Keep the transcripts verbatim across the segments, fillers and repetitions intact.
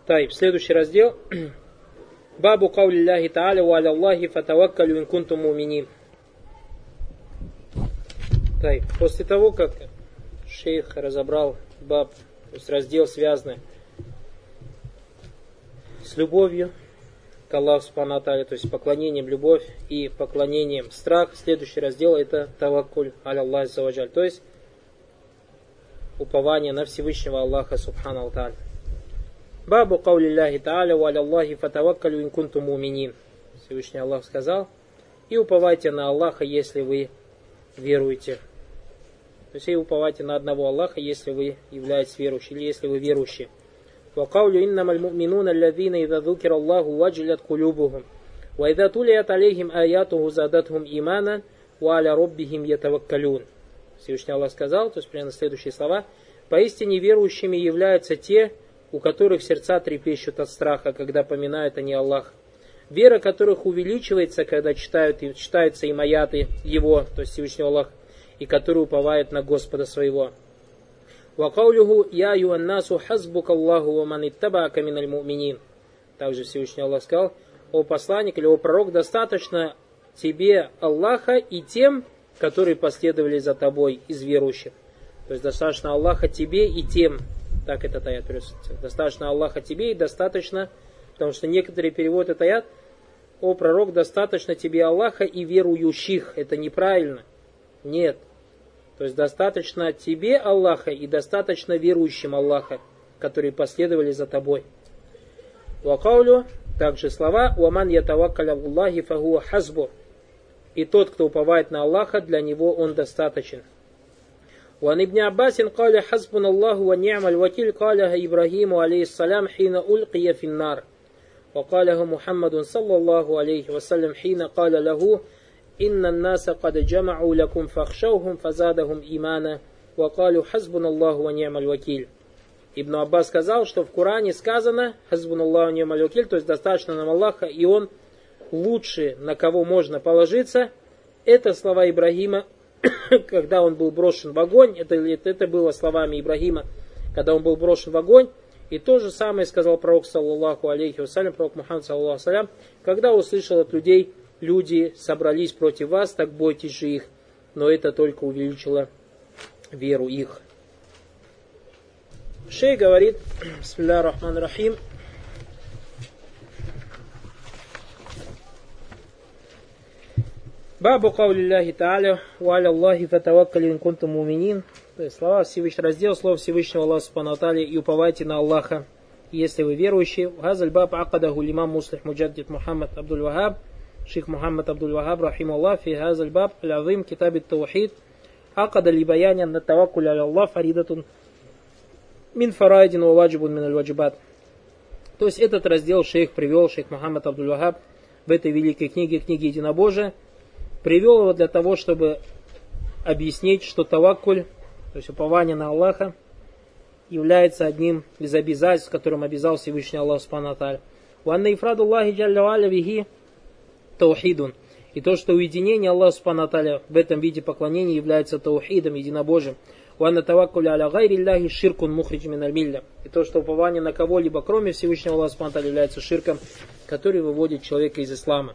Так, следующий раздел. Бабу каули Аллахи Та'аля ва аля Аллахи фатаваккалю ин кунтум муминин. Так, после того, как шейх разобрал баб, то есть раздел, связанный с любовью к Аллаху Субхану ва Тааля, то есть поклонением любовь и поклонением страх, следующий раздел это таваккуль аля Аллахи азза ва джаль, то есть упование на Всевышнего Аллаха Субхану ва Тааля. Бабу каули Аллахи Та'аля ва аля Аллахи фатаваккалю ин кунтум муминин. Всевышний Аллах сказал: и уповайте на Аллаха, если вы веруете. То есть и уповайте на одного Аллаха, если вы являетесь верующим, или если вы верующие. Ва каулю иннамаль му'минуна аллазина иза зукира Аллаху ваджлят кулюбухум, ва иза тулият алейхим аятуху задатхум имана, ва аля роббихим ятаваккалюн. Всевышний Аллах сказал, то есть примерно следующие слова: поистине верующими являются те, у которых сердца трепещут от страха, когда поминают они Аллаха, вера которых увеличивается, когда читают, читаются им аяты Его, то есть Всевышнего Аллаха, и которые уповают на Господа своего. Ва каулюху я юаннасу хазбука Аллаху ва ман иттабаака миналь му'минин. Также Всевышний Аллах сказал: о посланник или о пророк, достаточно тебе Аллаха и тем, которые последовали за тобой из верующих. То есть достаточно Аллаха тебе и тем. Так этот аят переводится. Достаточно Аллаха тебе и достаточно, потому что некоторые переводят этот аят: о пророк, достаточно тебе Аллаха и верующих. Это неправильно. Нет. То есть достаточно тебе Аллаха и достаточно верующим Аллаха, которые последовали за тобой. Вакаулю, также слова: уаман ятаваккаля Аллахи фахуа хазбу. И тот, кто уповает на Аллаха, для него он достаточен. وعن ابن عباس قال حسبنا الله ونعم الوكيل قالها إبراهيم عليه السلام حين ألقي في النار وقالها محمد صلى الله عليه وسلم حين قال له إن الناس قد جمعوا لكم فاخشوهم فزادهم إيمانا وقالوا حسبنا الله ونعم الوكيل. Ибн Аббас сказал, что в Коране сказано حسبنا الله ونعم الوكيل, то есть достаточно нам Аллаха, и он лучше, на кого можно положиться. Это слова Ибрагима, когда он был брошен в огонь. Это, это было словами Ибрагима, когда он был брошен в огонь. И то же самое сказал пророк, саллаллаху алейхи вассалям, пророк Мухаммад, саллаллаху алейхи, когда услышал от людей: люди собрались против вас, так бойтесь же их. Но это только увеличило веру их. Шейх говорит: бисмиллахир рахманир рахим. Бабу каули Аллахи Та'аля ва аля Аллахи фатаваккалю ин кунтум муминин. То есть слова Всевышнего, раздел слов Всевышнего Аллаха Субхану ва Тааля: и уповайте на Аллаха, если вы верующие. Газаль баб акадаху лимам муслих муджаддид Мухаммад Абдуль Вахаб, шейх Мухаммад Абдуль Вахаб рахималлах, фи газаль баб аль-азим китабит таухид акада ли баяни анна таваккуль аля Аллах фаридатун мин фарайдин ва ваджибун мин аль-ваджибат. То есть этот раздел шейх привел, шейх Мухаммад Абдуль Вахаб, в этой великой книге, книге Единобожия, привел его для того, чтобы объяснить, что таваккуль, то есть упование на Аллаха, является одним из обязательств, которым обязал Всевышний Аллах Субхану ва Тааля. Уанна ифраду Аллахи джалля ва аля бихи таухидун. И то, что уединение Аллаха Субхану ва Тааля в этом виде поклонения является таухидом, единобожием. Уанна таваккуль аля гайри Аллахи ширкун мухридж мин аль-милля. И то, что упование на кого-либо, кроме Всевышнего Аллаха Субхану ва Тааля, является ширком, который выводит человека из ислама.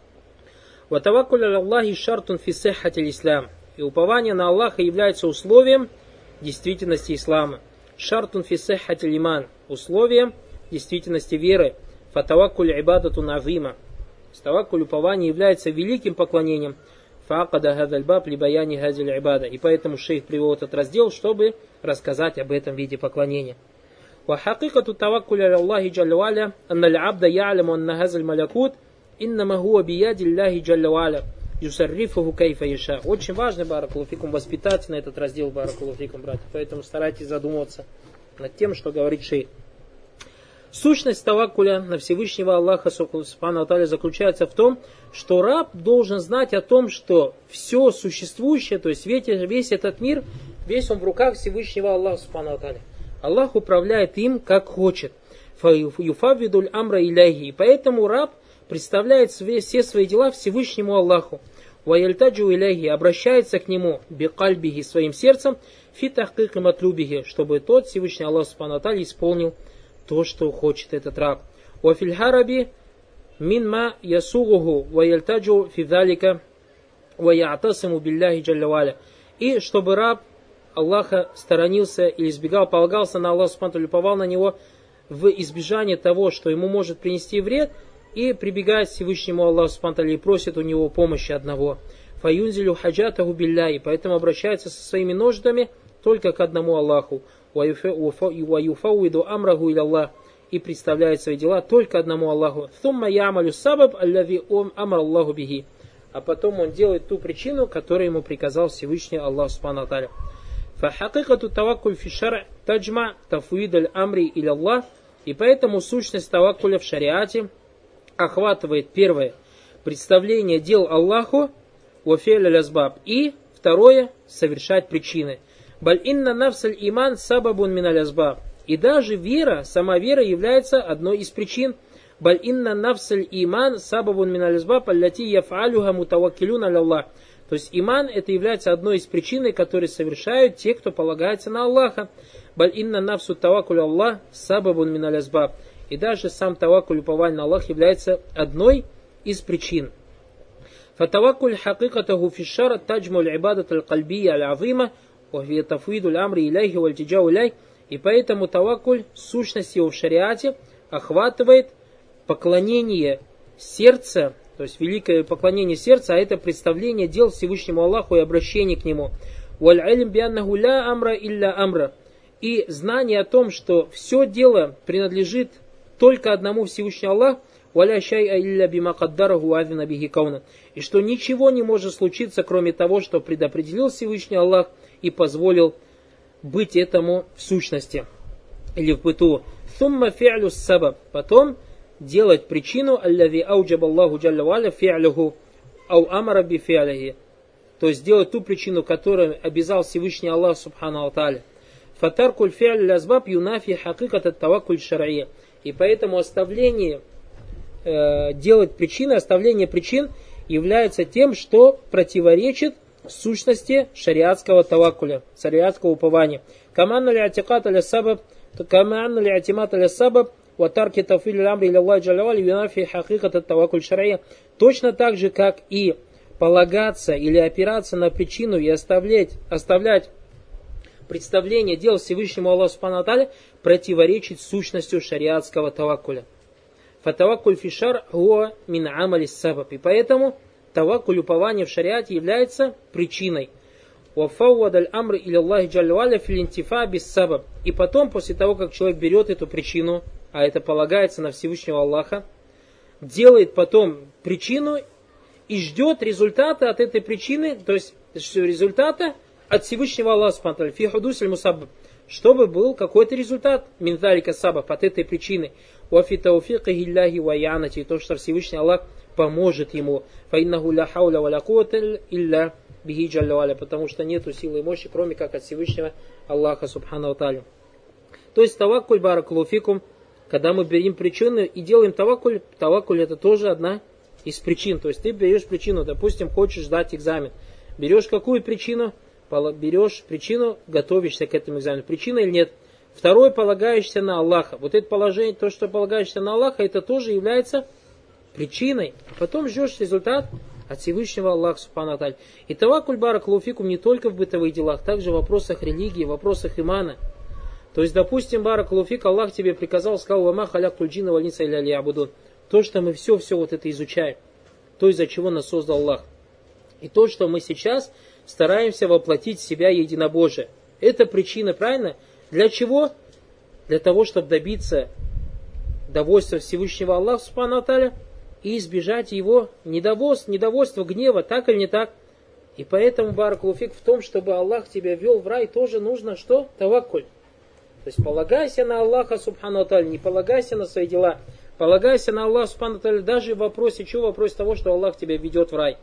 Ватаваккуль аля Аллахи шартун фи сиххати ислам. И упование на Аллаха является условием действительности ислама. Шартун фи сиххати иман. Условием действительности веры. Фатаваккуль ибадатун азима. Таваккуль, упование, является великим поклонением. Фаакада хазаль баб ли баяни хазаль ибада. И поэтому шейх привел этот раздел, чтобы рассказать об этом виде поклонения. Ва хакикату таваккуль аля Аллахи джалля ва аля анна аль-абда я'ламу анна хазаль малякут иннама хуа бияди Аллахи джалля ва аля юсаррифуху кайфа яша. Очень важный, баракалуфикум, воспитать на этот раздел, баракалуфикум, братья. Поэтому старайтесь задумываться над тем, что говорит шейх. Сущность таваккуля на Всевышнего Аллаха Субхану ва Тааля заключается в том, что раб должен знать о том, что все существующее, то есть весь, весь этот мир, весь он в руках Всевышнего Аллаха Субхану ва Тааля. Аллах управляет им как хочет. Юфаввидуль амра иляхи. И поэтому раб представляет все свои дела Всевышнему Аллаху. Ваяльтаджу иляхи, обращается к нему бикальбихи, своим сердцем, фи тахкик матлюбихи, чтобы тот Всевышний Аллах Субхану ва Тааля исполнил то, что хочет этот раб. Уафиль хараби минма ясугуху ва ялтаджу фи залика ва я'тасиму билляхи джалля ва'аля. И чтобы раб Аллаха сторонился или избегал, полагался на Аллаха субхану ва тааля, уповал на него в избежание того, что ему может принести вред, и прибегает к Всевышнему Аллаху субхану ва тааля и просит у него помощи одного. Фаюнзилю хаджатаху билляхи, поэтому обращается со своими нуждами только к одному Аллаху. Ваюфауиду амраху иля Аллах, и представляет свои дела только одному Аллаху. Thumma ямалю сабаб аллави амар Аллаху бихи. А потом он делает ту причину, которую ему приказал Всевышний Аллах субхану ва тааля. Фахакикату таваккуль фи шар' таджма тафуид аль-амри иля Аллах. И поэтому сущность таваккуля в шариате охватывает первое представление дел Аллаху ва фи'ль аль-асбаб, и второе совершать причины. Баль инна нафсаль иман сабабун мин аль-асбаб. И даже вера, сама вера является одной из причин. Баль инна нафсаль иман сабабун мин аль-асбаб аллати яф'алюха мутаваккилюн аля Аллах. То есть иман это является одной из причин, которые совершают те, кто полагается на Аллаха. Баль инна нафсу таваккуль Аллах сабабун мин аль-асбаб. И даже сам таваккуль, упование на Аллах, является одной из причин. Фатаваккуль хакикатаху фи шар' таджму аль-ибадат аль-кальбия аль-азима ва фи тафвиду аль-амри иляйхи ва аль-тиджау иляйхи. И поэтому таваккуль, сущность его в шариате, охватывает поклонение сердца, то есть великое поклонение сердца, а это представление дел Всевышнему Аллаху и обращение к Нему. وَالْعِلْمْ بِأَنَّهُ لَا أَمْرَ إِلَّا أَمْرَ. И знание о том, что все дело принадлежит только одному Всевышнему Аллаху, وَلَا شَيْءَ إِلَّا بِمَا قَدَّرَهُ وَأَذِنَ بِهِ كَوْنًا. И что ничего не может случиться, кроме того, что предопределил Всевышний Аллах и позволил быть этому в сущности или в быту. Thumma фи'лю сабаб. Потом делать причину аллави ауджаб Аллаху джалля ва'аля фи'люху ау амара би фи'лихи. То есть делать ту причину, которую обязал Всевышний Аллах субхану ва тааля. Фатаркуль фи'ль лазбаб юнафи хакикат ат-таваккуль шар'ия. И поэтому оставление э, делать причины, оставление причин является тем, что противоречит сущности шариатского таваккуля, шариатского упования. Каманна ли-атикат аля-сабаб, каманна ли-атимат аля-сабаб, ва тарки тафиль аль-амри иля Аллахи джалля ва'аля юнафи хакикат ат-таваккуль шар'ия. Точно так же, как и полагаться или опираться на причину и оставлять, оставлять представление дел Всевышнему Аллаху субхану ва тааля противоречит сущностью шариатского таваккуля. Фатаваккуль фишар хуа мин амали сабаб. И поэтому таваккуль, упование в шариате, является причиной. وَفَوَّدَ الْأَمْرِ إِلَى اللَّهِ جَلَّ وَعَلَى فِي الْإِنْتِفَاءِ بِالسَّبَبِ. И потом, после того, как человек берет эту причину, а это полагается на Всевышнего Аллаха, делает потом причину и ждет результата от этой причины, то есть результата от Всевышнего Аллаха, фи худус аль-мусаббаб, чтобы был какой-то результат мин залика сабаб, от этой причины. Ва фи тауфиқихи Аллахи ва и'анати, то, что Всевышний Аллах поможет ему. Фа иннаху ла хауля ва ла куввата илля бихи джалля ва аля, потому что нету силы и мощи, кроме как от Всевышнего Аллаха субхану ва тааля. То есть таваккуль, баракаллаху фикум, когда мы берем причины и делаем таваккуль, таваккуль это тоже одна из причин. То есть ты берешь причину, допустим, хочешь сдать экзамен. Берешь какую причину? Берешь причину, готовишься к этому экзамену. Причина или нет? Второе, полагаешься на Аллаха. Вот это положение, то, что полагаешься на Аллаха, это тоже является причиной. А потом ждешь результат от Всевышнего Аллаха субхану ва тааля. И таваккуль, баракаллаху фикум, не только в бытовых делах, также в вопросах религии, в вопросах имана. То есть, допустим, баракаллаху фик, Аллах тебе приказал, сказал: «Вама халяктуль джинна валь инса илля лиябудун». То, что мы все-все вот это изучаем, то, из-за чего нас создал Аллах. И то, что мы сейчас стараемся воплотить в себя единобожие. Это причина, правильно? Для чего? Для того, чтобы добиться довольства Всевышнего Аллаха субхану ва тааля и избежать его недовольства, недовольства, гнева, так или не так. И поэтому, баракаллаху фик, в том, чтобы Аллах тебя вел в рай, тоже нужно что? Таваккуль. То есть полагайся на Аллаха субхану ва тааля, не полагайся на свои дела. Полагайся на Аллаха субхану ва тааля даже в вопросе, чего? В вопросе того, что Аллах тебя ведет в рай.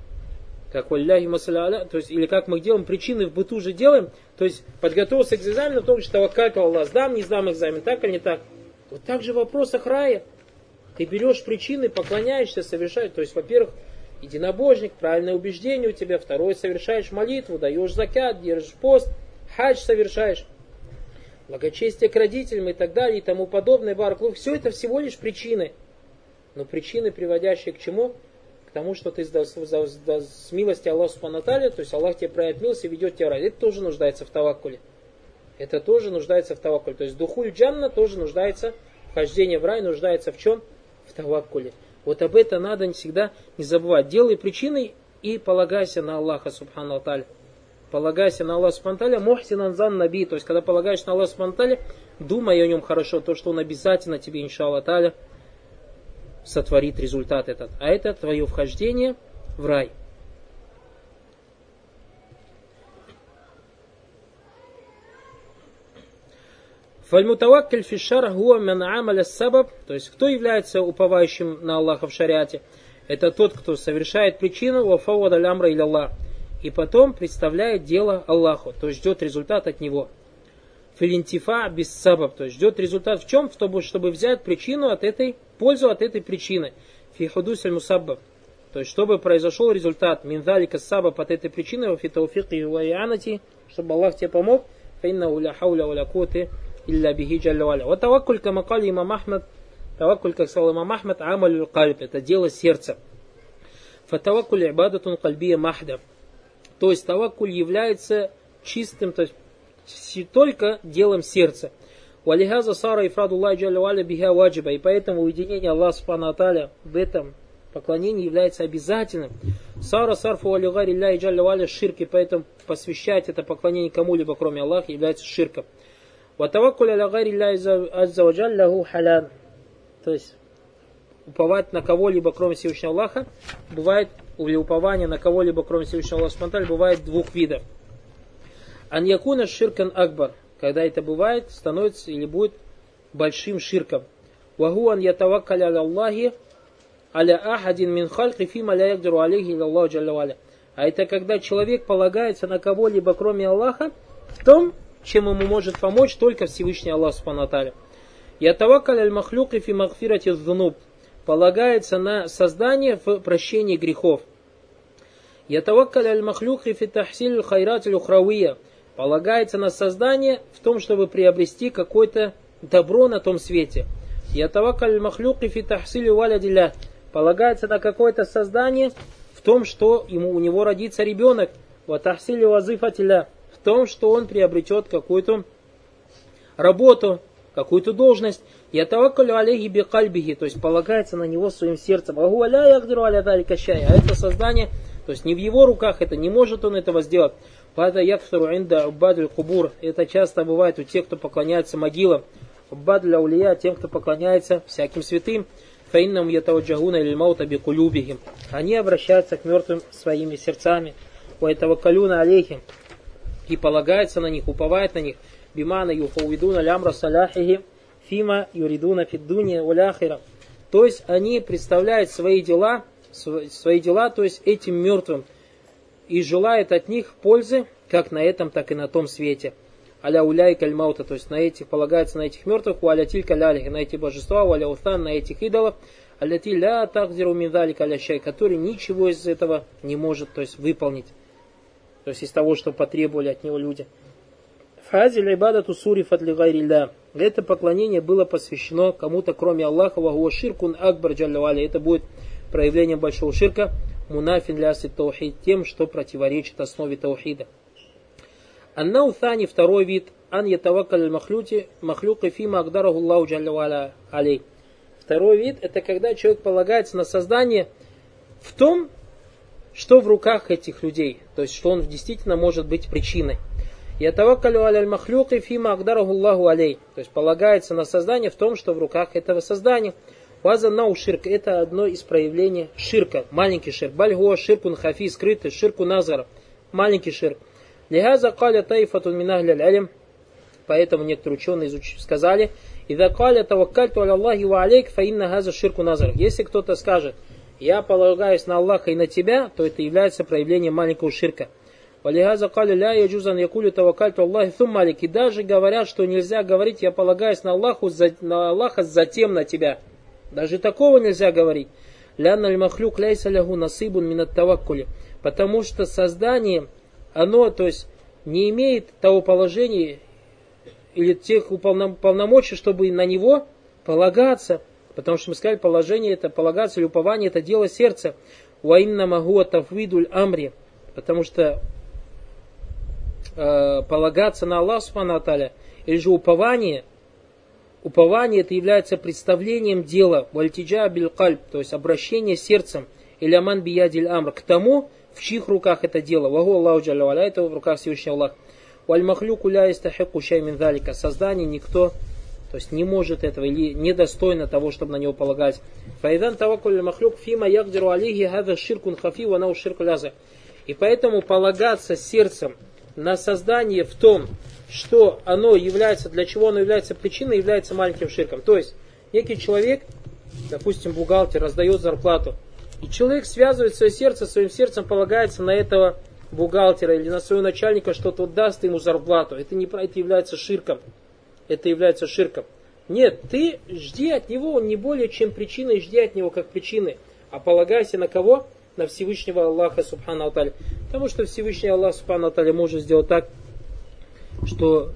Как валляхи масаля, то есть, или как мы делаем, причины в быту же делаем, то есть подготовился к экзамену, в том, что таваккальту Аллах, сдам, не сдам экзамен, так или не так. Вот так же в вопросах рая. Ты берешь причины, поклоняешься, совершаешь, то есть, во-первых, единобожник, правильное убеждение у тебя, второе, совершаешь молитву, даешь закят, держишь пост, хадж совершаешь. благочестие к родителям и так далее и тому подобное, баракаллаху, все это всего лишь причины. Но причины, приводящие к чему? К тому, что ты с, с милости Аллаха Субхану ва Тааля, то есть Аллах тебе проявит милость и ведет тебя в рай. Это тоже нуждается в таваккуле. Это тоже нуждается в таваккуле. То есть духуль джанна тоже нуждается, вхождение в рай нуждается в чем? В таваккуле. Вот об этом надо всегда не забывать. Делай причиной и полагайся на Аллаха Субхану ва Тааля. Полагайся на Аллаха Субхану ва Тааля, мухсинан зан наби. То есть когда полагаешься на Аллаха Субхану ва Тааля, думай о нем хорошо, то, что он обязательно тебе, иншаллах тааля, сотворит результат этот. А это твое вхождение в рай. Фальмутаваккаль фишар хуа ман амаля сабаб, то есть кто является уповающим на Аллаха в шариате? Это тот, кто совершает причину ва фаввада аль-амра иля Аллах, и потом представляет дело Аллаху, то есть ждет результат от него. Филинтифа без сабаб, то есть ждет результат в чем? В том, чтобы взять причину от этой, пользу от этой причины. Фи худус аль-мусаббаб, то есть чтобы произошел результат миндалика сабаб от этой причины, ва фи тауфики ва ианати, чтобы Аллах тебе помог. Фаиннаху ля хауля ва ля куввата илля бихи джалля ва аля. Вот таваккуль, кама кали имам Ахмад, таваккуль, как сказал имам Ахмад, амалюль кальб, это дело сердца. Фатаваккуль ибадатун кальбия махда, то есть таваккуль является чистым, то есть только делом сердца. Валихаза сара ифрадуллахи джалля ва аля биха ваджиба, и поэтому уединение Аллаха Субхану ва Тааля в этом поклонении является обязательным. Сара сарфу валигари лляхи джалля ва аля ширк, и поэтому посвящать это поклонение кому-либо кроме Аллаха является ширком. Ватаваккуль аля гайри лляхи азза ва джалля лаху халян, то есть уповать на кого-либо кроме Всевышнего Аллаха бывает, или упование на кого-либо кроме Всевышнего Аллаха Субхану ва Тааля бывает двух видов. Ан якуна ширкан акбар, когда это бывает, становится или будет большим ширком. Ваху ан ятаваккаль аля Аллахи аля ахадин мин хальки фима ля ягдиру алейхи илля Аллаху джалля ва аля. А это когда человек полагается на кого-либо кроме Аллаха в том, чем ему может помочь только Всевышний Аллах Субхану ва Тааля. Ятаваккаль аль махлюки фи магфирати зунуб, полагается на создание в прощении грехов. Ятаваккаль аль махлюки фи тахсиль хайрат аль ухравия, полагается на создание в том, чтобы приобрести какое-то добро на том свете. Ятаваккаль аль махлюки фи тахсиль валядилля, полагается на какое-то создание в том, что ему, у него родится ребенок. Ва тахсиль вазифатилля, в том, что он приобретет какую-то работу, какую-то должность. Ятаваккалю алейхи бикальбихи, то есть полагается на него своим сердцем. А гуаля ягдиру аля далика шай, а это создание, то есть не в его руках, это не может он этого сделать. Пада якфару инда убадль кубур, это часто бывает у тех, кто поклоняется могилам. Убадль аулия, тем, кто поклоняется всяким святым. Фаиннам ятаваджагуна иль маута бикулюбихим, они обращаются к мертвым своими сердцами. У этого калюна алейхим, и полагается на них, уповает на них. Бимана юфауидуна лямра саляхихи фима юридуна фиддуния уляхира. То есть они представляют свои дела, свои дела, то есть этим мертвым, и желают от них пользы, как на этом, так и на том свете. Аля уляй кальмаута, то есть на этих полагается на этих мертвых, у аля тилька лялихи, на эти божества, у аля утан, на этих идолов, аля ти ля такзиру миндалик аля шай, который ничего из этого не может, то есть выполнить. То есть из того, что потребовали от него люди. Фазиль ибадату сурифат ли гайрилля. Это поклонение было посвящено кому-то кроме Аллаха, вахуа ширкун акбар джалля ва аля. Это будет проявлением большого ширка, мунафин ляси таухид, тем, что противоречит основе таухида. Аннау thani, второй вид, ан ятаваккаль махлюки махлюка фима агдараху Аллаху джалля ва аля алей. Второй вид, это когда человек полагается на создание в том, что в руках этих людей, то есть что он действительно может быть причиной. Ятаваккалю аляль махлюки фима агдараху Аллаху алей, то есть полагается на создание в том, что в руках этого создания. Вазаннау ширк, это одно из проявлений ширка, маленький ширк. Бальгуа ширкун хафи, скрытый, ширку назара, маленький ширк. Лихаза каля тайфатун минахля алим, поэтому некоторые ученые сказали, «Ида каля таваккальту аля Аллахи ва алейк, фа инна газа ширку назар». Если кто-то скажет, «Я полагаюсь на Аллаха и на тебя», то это является проявлением маленького ширка. «Валихаза каля ля яджузан якулю таваккальту Аллахи thum малик». И даже говорят, что нельзя говорить, «Я полагаюсь на Аллаху, на Аллаха затем на тебя». Даже такого нельзя говорить. «Лянна аль-махлюк ляйса лягу насыбун минат таваккули». Потому что создание, оно, то есть, не имеет того положения, или тех полномочий, чтобы на него полагаться. Потому что мы сказали, положение это, полагаться или упование это дело сердца. Уаинна магуа тафвидуль амри. Потому что э, полагаться на Аллаха субхану ва тааля, или же упование, упование это является представлением дела, вальтиджа биль кальб, то есть обращение сердцем, или аман биядиль амр, к тому, в чьих руках это дело. Вагу Аллаху джалля ва аля, это в руках Всевышнего Аллаха. Валь махлюку ля истахику шай мин залика. Создание никто, то есть не может этого или недостойно того, чтобы на него полагать. Файдан таваккуль махлюк фима ягдиру алейхи хаза ширкун хафи ва нау ширку ляза. И поэтому полагаться сердцем на создание в том, что оно является, для чего оно является причиной, является маленьким ширком. То есть некий человек, допустим, бухгалтер, раздает зарплату, и человек связывает свое сердце, своим сердцем полагается на этого бухгалтера или на своего начальника, что тот даст ему зарплату. Это, не, это является ширком. Это является ширком. Нет, ты жди от него, он не более чем причиной, жди от него как причины. А полагайся на кого? На Всевышнего Аллаха субхану ва тааля. Потому что Всевышний Аллах субхану ва тааля может сделать так, что,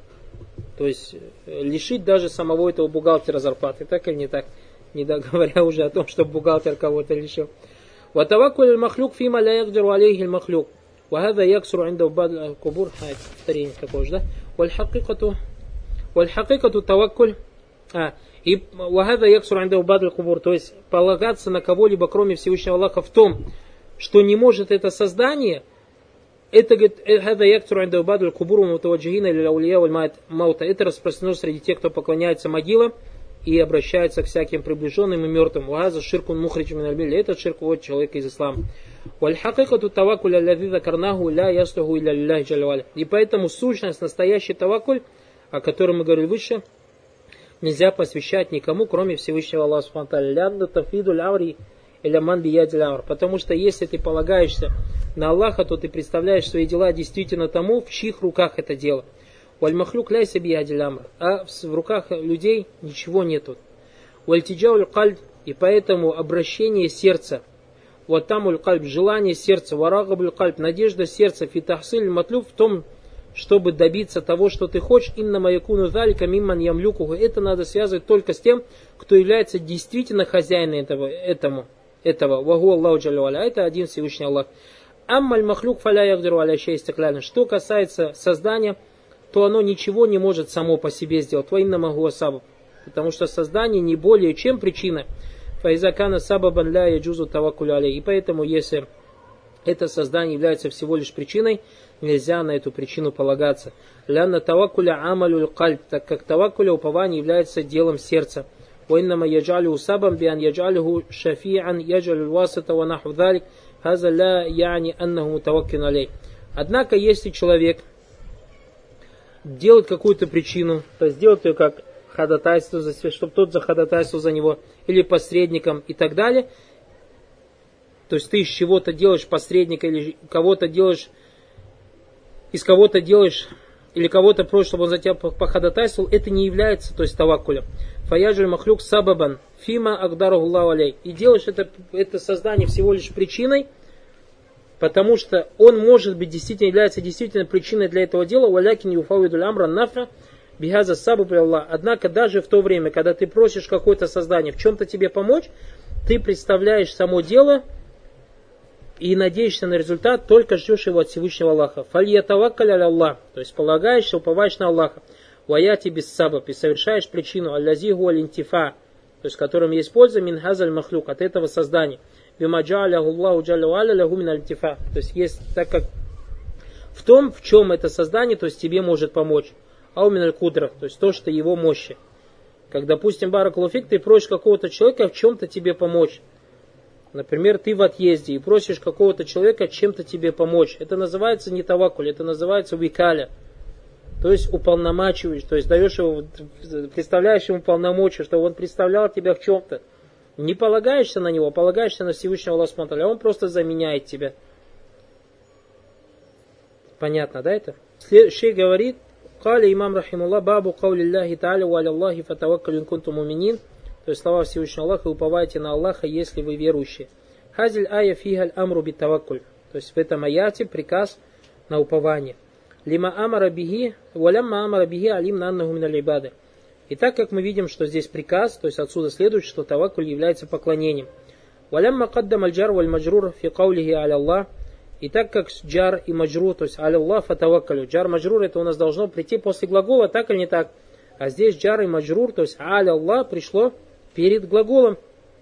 то есть, лишить даже самого этого бухгалтера зарплаты. Так или не так? Не говоря уже о том, что бухгалтер кого-то лишил. وتوكل المخلوق فيما لا يقدر عليه المخلوق وهذا يكثر عنده بعض القبور повторение такое же, да? والحقيقة والحقيقة توكل а и وهذا يكثر عنده بعض القبور, то есть полагаться на кого-либо кроме Всевышнего Аллаха в том, что не может это создание, это говорит هذا يكثر عنده بعض القبور ومتوجهين للأولياء والموتى, это распространено среди тех, кто поклоняется могилам и обращается к всяким приближенным и мертвым. Ваза ширкун мухридж мин аль-милля. Этот ширк выводит человека из ислама. Валь хакикату таваккуль аллази закарнаху ля яслуху илля лиллахи джалля ва аля. И поэтому сущность, настоящий таваккуль, о котором мы говорили выше, нельзя посвящать никому, кроме Всевышнего Аллаха субхану ва тааля. Лянна тафидуль амри илля ман биядиль амр. Потому что если ты полагаешься на Аллаха, то ты представляешь свои дела действительно тому, в чьих руках это дело. Валь-махлюк ляйся биядиль амр. А в руках людей ничего нету. Валь-тиджауль кальб. И поэтому обращение сердца. Ватамуль кальб. Желание сердца. Варагабуль кальб. Надежда сердца. Фитахсиль матлюб. В том, чтобы добиться того, что ты хочешь. Инна маякуну залика мимман ямлюкуху. Это надо связывать только с тем, кто является действительно хозяином этого. Этому, этого. Вагу Аллаху джалля ва аля. Это один Всевышний Аллах. Аммаль махлюк фаля ягдиру аля шей истикляльна. Что касается создания, то оно ничего не может само по себе сделать. Ваинна магуа сабаб. Потому что создание не более чем причина. Фаизакана сабабан ля яджузу таваккулю алей. И поэтому, если это создание является всего лишь причиной, нельзя на эту причину полагаться. Лянна таваккуля амалюль кальб. Так как таваккуля упование является делом сердца. Ваиннама яджалю сабам биан яджалюху шафиан яджалю васата ва наху далик. Хаза ля яни аннаху мутаваккин алей. Однако, если человек делать какую-то причину, то есть сделать ее как ходатайство, чтобы тот заходатайствовал за него, или посредником и так далее. То есть ты из чего-то делаешь посредника, или кого-то делаешь, из кого-то делаешь, или кого-то просишь, чтобы он за тебя походатайствовал, это не является, то есть таваккулем. Фаяджуль махлюк сабабан фима агдараху Аллаху алей. И делаешь это, это создание всего лишь причиной, потому что он может быть действительно, является действительно причиной для этого дела. Валякин юфауидуль амра нафа бихаза сабу при Аллах. Однако даже в то время, когда ты просишь какое-то создание в чем-то тебе помочь, ты представляешь само дело и надеешься на результат, только ждешь его от Всевышнего Аллаха. Фалья таваккаль аля Аллах. То есть полагаешься, уповаешь на Аллаха. Ваяти без сабаб. И совершаешь причину аллази гуаль интифа. То есть в котором есть польза мин хазаль махлюк. От этого создания. То есть есть, так как в том, в чем это создание, то есть тебе может помочь. Ауминаль кудра, то есть то, что его мощи. Как, допустим, баракалуфик, ты просишь какого-то человека в чем-то тебе помочь. Например, ты в отъезде и просишь какого-то человека чем-то тебе помочь. Это называется не таваккуль, это называется викаля. То есть уполномачиваешь, то есть даешь его, представляешь ему полномочия, чтобы он представлял тебя в чем-то. Не полагаешься на него, полагаешься на Всевышнего Аллаха субхану ва тааля, он просто заменяет тебя. Понятно, да это? Шейх говорит, «Кали имам рахимуллах бабу каули Аллахи тааля ва аля Аллахи фатаваккалю ин кунтум муминин». То есть слова Всевышнего Аллаха, уповайте на Аллаха, если вы верующие. «Хазиль ая фигаль амру бит таваккуль». То есть в этом аяте приказ на упование. Лима амара бихи, валямма амара бихи алимна аннаху мин аль-ибады. И так как мы видим, что здесь приказ, то есть отсюда следует, что таваккуль является поклонением. Валямма каддам аль-джар валь-маджрур фи каулихи аля Аллах. И так как джар и маджрур, то есть аля Аллах фатаваккалю. Джар маджрур это у нас должно прийти после глагола, так или не так. А здесь джар и маджрур, то есть аля Аллах пришло перед глаголом.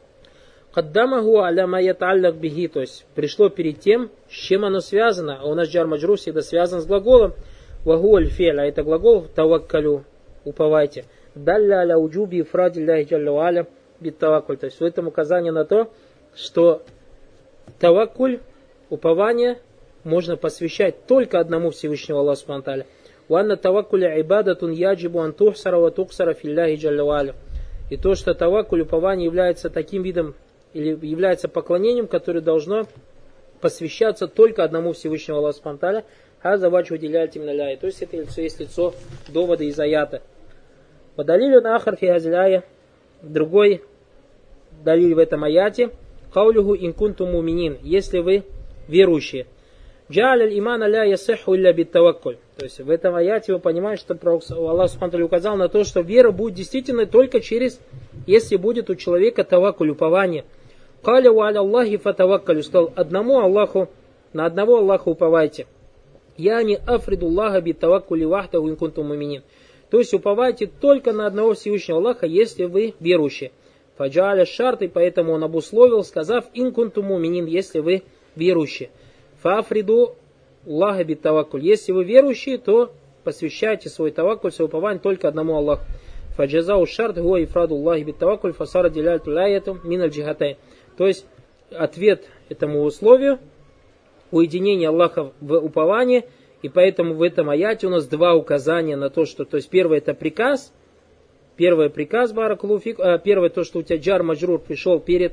Каддамаху аля ма яталлак бихи, то есть пришло перед тем, с чем оно связано. А у нас джар маджрур всегда связан с глаголом. Вагу аль-фи'ль, а это глагол таваккалю, уповайте. Далля аля уджуби ифради ляхи джалля ва аля бит таваккуль. То есть в этом указание на то, что таваккуль, упование, можно посвящать только одному Всевышнему Аллаху субхану ва тааля. Уанна таваккуля ибадатун яджибу ан тухсара ва тухсара филляхи джалля ва аля. И то, что таваккуль, упование, является таким видом, или является поклонением, которое должно посвящаться только одному Всевышнему Аллаху субхану ва тааля. Хаза ваджу диляйти миналяй. То есть это лицо есть лицо довода из аята. Подалилю на ахар фи хазиляя. Другой далиль в этом аяте. Каулюху инкунту муминин. Если вы верующие. Джа'аль аль-имана ля ясиху илля бит таваккуль. То есть в этом аяте вы понимаете, что Аллах субхану ва тааля указал на то, что вера будет действительно только через, если будет у человека таваккуль, упование. Каля ва аля Аллахи фатаваккалю. Сказал, одному Аллаху, на одного Аллаха уповайте. Яни афридуллаха бит таваккули вахтаху инкунту муминин. То есть уповайте только на одного Всевышнего Аллаха, если вы верующие. Фаджа'аля шарт, и поэтому он обусловил, сказав инкунту муминин, если вы верующие. Фафриду Аллаха бит таваккуль. Если вы верующие, то посвящайте свой таваккуль, свое упование только одному Аллаху. Фаджазау шарт гуа ифраду Аллахи бит таваккуль фасара диляльту лаяту миналь джихатай. То есть ответ этому условию уединение Аллаха в уповании, и поэтому в этом аяте у нас два указания на то, что, то есть первое это приказ, первое приказ баракулуфик, а первое то, что у тебя джар маджрур пришел перед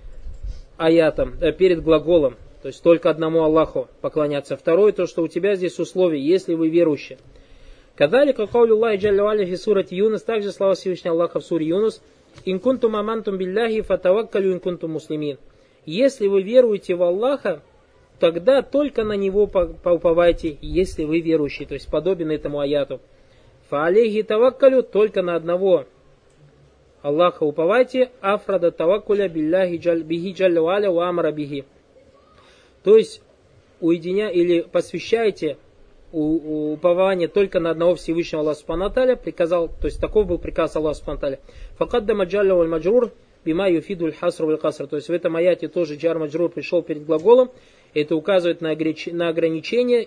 аятом, перед глаголом, то есть только одному Аллаху поклоняться. Второе то, что у тебя здесь условие, если вы верующие. Кадалика каулю Аллахи джалля ва аля фи сурати Юнус, также слова Всевышнего Аллаха в суре Юнус, инкунтум амантум билляхи фатаваккалю инкунтум муслимин. Если вы веруете в Аллаха, тогда только на него поуповайте, если вы верующие, то есть подобен этому аяту. Фа алейхи таваккалю, только на одного Аллаха уповайте, афрада таваккуля билляхи бихи джалля ва аля ва амара бихи. То есть уединя или посвящайте упование только на одного Всевышнего Аллаха субхану ва тааля, приказал, то есть таков был приказ Аллаха субхану ва тааля. Факаддама джалля валь маджрур бима юфидуль хасру валь каср. То есть в этом аяте тоже джар маджрур пришел перед глаголом. Это указывает на ограничение,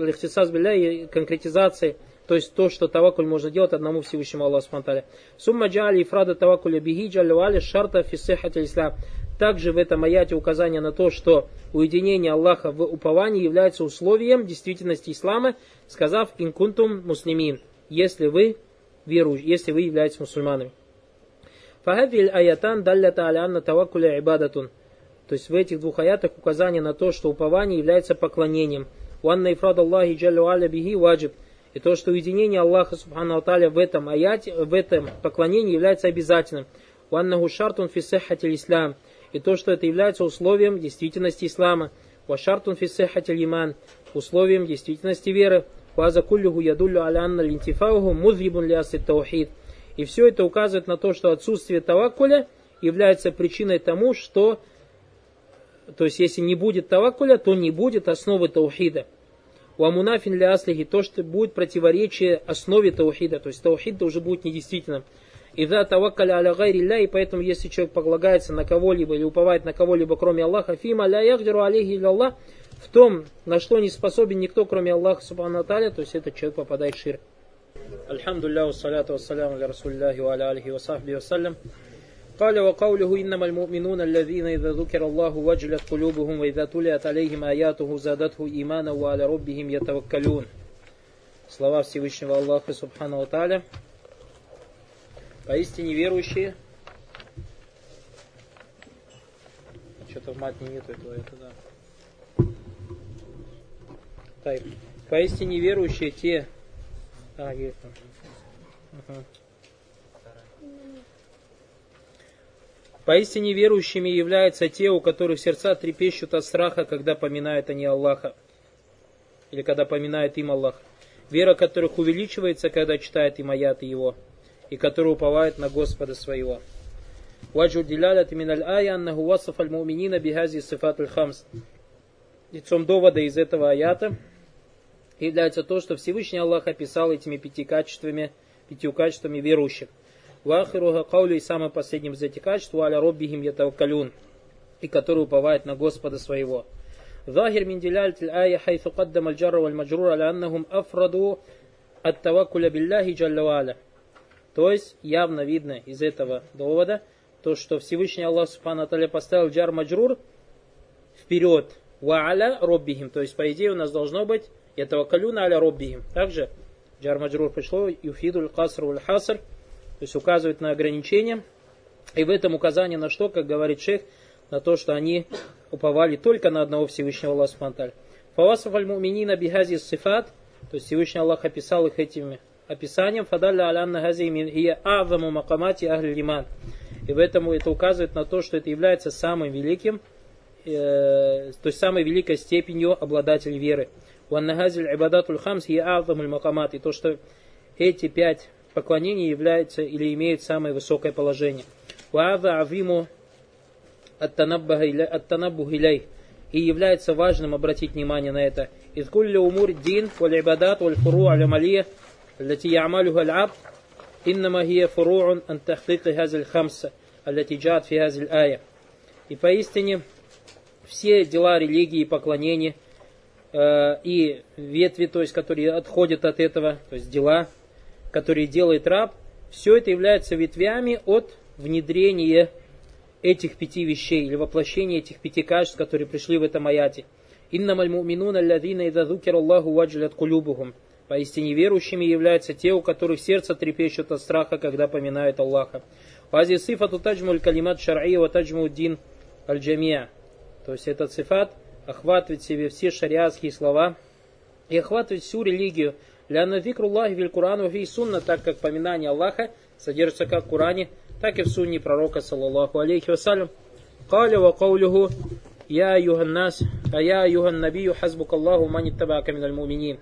и конкретизации, то есть то, что таваккуль можно делать одному Всевышнему Аллаху субхану ва тааля. Сумма джа'али ифрада таваккуля бихи джалля ва аля шарта фи сиххати ислам. Также в этом аяте указание на то, что уединение Аллаха в уповании является условием действительности ислама, сказав инкунтум муслимин, если вы верующие, если вы являетесь мусульманами. Фахадиль аятан даллята аля анна таваккуля ибадатун. То есть в этих двух аятах указание на то, что упование является поклонением. Уанна ифрад Аллахи джалля ва аля бихи ваджиб. И то, что уединение Аллаха субхану ва тааля в этом аяте, в этом поклонении является обязательным. Уаннаху шартун фи сиххати ислам. И то, что это является условием действительности ислама. Ва шартун фи сиххати иман. Условием действительности веры. Ва за куллюху ядуллю аля анна линтифауху музрибун ли аси таухид. И все это указывает на то, что отсутствие таваккуля является причиной тому, что, то есть если не будет таваккуля, то не будет основы таухида. Уамунафин ля аслихи, то, что будет противоречие основе таухида, то есть таухид уже будет недействительным. Иза таваккаля аля гайри ля, и поэтому если человек полагается на кого-либо или уповает на кого-либо, кроме Аллаха, фима ля яхдиру алейхи илля Аллах, в том, на что не способен никто, кроме Аллаха субхану ва тааля, то есть этот человек попадает в ширк. Альхамдулиллах, вассаляту вассаляму аля расулиллахи ва аля алихи ва сахби вассалям. قال وقوله إنما المؤمنون الذين إذا ذكر الله وجلت قلوبهم وإذا تليت عليهم آياته زادته إيمانا وعلى ربهم يتوكلون. Слова Всевышнего Аллаха субхану ва тааля. Поистине верующие. Что-то в матне нету этого, это да. Так. Поистине верующие те. А, есть. Ага. Поистине верующими являются те, у которых сердца трепещут от страха, когда поминают они Аллаха. Или когда поминает им Аллах. вера которых увеличивается, когда читает им аяты его, и которые уповают на Господа своего. Ваджу дилялят миналь ая аннаху васаф аль муминина бигази сифат аль хамс. Лицом довода из этого аята является то, что Всевышний Аллах описал этими пяти качествами, пятью качествами верующих. Вахируха каулю, и самым последним из этих качеств, аля роббихим ятаваккалюн, и которые уповают на Господа своего. Захир мин дилялятиль ая хайфу каддам аль джарра валь маджрур аля аннахум афраду ат таваккуля билляхи джалла ва аля. То есть явно видно из этого довода то, что Всевышний Аллах субхану ва тааля поставил джар маджрур вперед, ва аля роббихим, то есть по идее у нас должно быть ятаваккалюна аля роббихим. Также джар маджрур пришло юфидуль каср валь хаср, то есть указывает на ограничения. И в этом указание на что, как говорит шейх, на то, что они уповали только на одного Всевышнего Аллаха субхану ва тааля. Фавасаф аль муминина бигази сифат, то есть Всевышний Аллах описал их этими описанием. Фадалля аля анна хази мин хия а'заму макамати ахли иман. И в этом это указывает на то, что это является самым великим, э, то есть самой великой степенью обладателей веры. Уанна хазиль ибадатуль хамс хия а'замуль макамат. И то, что эти пять поклонений являются или имеют самое высокое положение. Уаза авиму ат-танаббух илей. И является важным обратить внимание на это. Из кулли умур дин валь ибадат валь фуру аля малия التي يعملها العبد إنما هي فروع عن تحقيق هذه الخمسة التي جاءت في هذه الآية. И поистине все дела религии и поклонения э, и ветви, то есть которые отходят от этого, то есть дела, которые делает раб, все это является ветвями от внедрения этих пяти вещей или воплощения этих пяти качеств, которые пришли в этом аяте. Иннамаль му'минуна аллазина иза зукираллаху ваджлят кулюбухум. Поистине верующими являются те, у которых сердце трепещет от страха, когда поминают Аллаха. Вази сифату таджмуль калимат шар'ия ва таджму дин аль-джамия. То есть этот сифат охватывает в себе все шариатские слова и охватывает всю религию. Ляна зикруллахи виль Курану фи сунна, так как поминание Аллаха содержится как в Коране, так и в сунне пророка саллаллаху алейхи вассалям. Каля ва каулюху я аюхан нас, а я аюхан набию хазбук Аллаху мани табака миналь муминин.